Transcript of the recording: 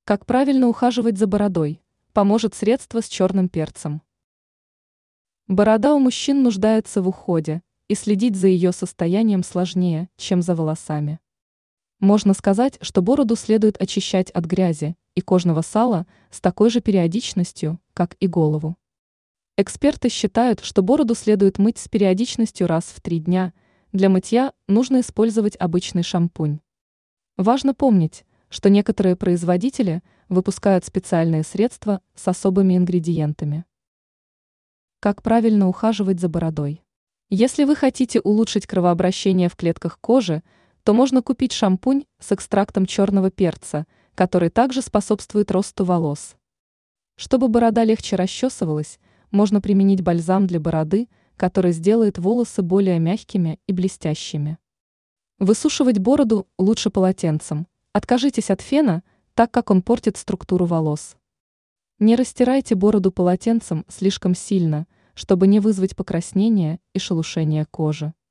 Как правильно ухаживать за бородой? Поможет средство с черным перцем. Борода у мужчин нуждается в уходе, и следить за ее состоянием сложнее, чем за волосами. Можно сказать, что бороду следует очищать от грязи и кожного сала с такой же периодичностью, как и голову. Эксперты считают, что бороду следует мыть с периодичностью раз в 3 дня. Для мытья нужно использовать обычный шампунь. Важно помнить, что некоторые производители выпускают специальные средства с особыми ингредиентами. Как правильно ухаживать за бородой? Если вы хотите улучшить кровообращение в клетках кожи, то можно купить шампунь с экстрактом черного перца, который также способствует росту волос. Чтобы борода легче расчесывалась, можно применить бальзам для бороды, который сделает волосы более мягкими и блестящими. Высушивать бороду лучше полотенцем. Откажитесь от фена, так как он портит структуру волос. Не растирайте бороду полотенцем слишком сильно, чтобы не вызвать покраснение и шелушение кожи.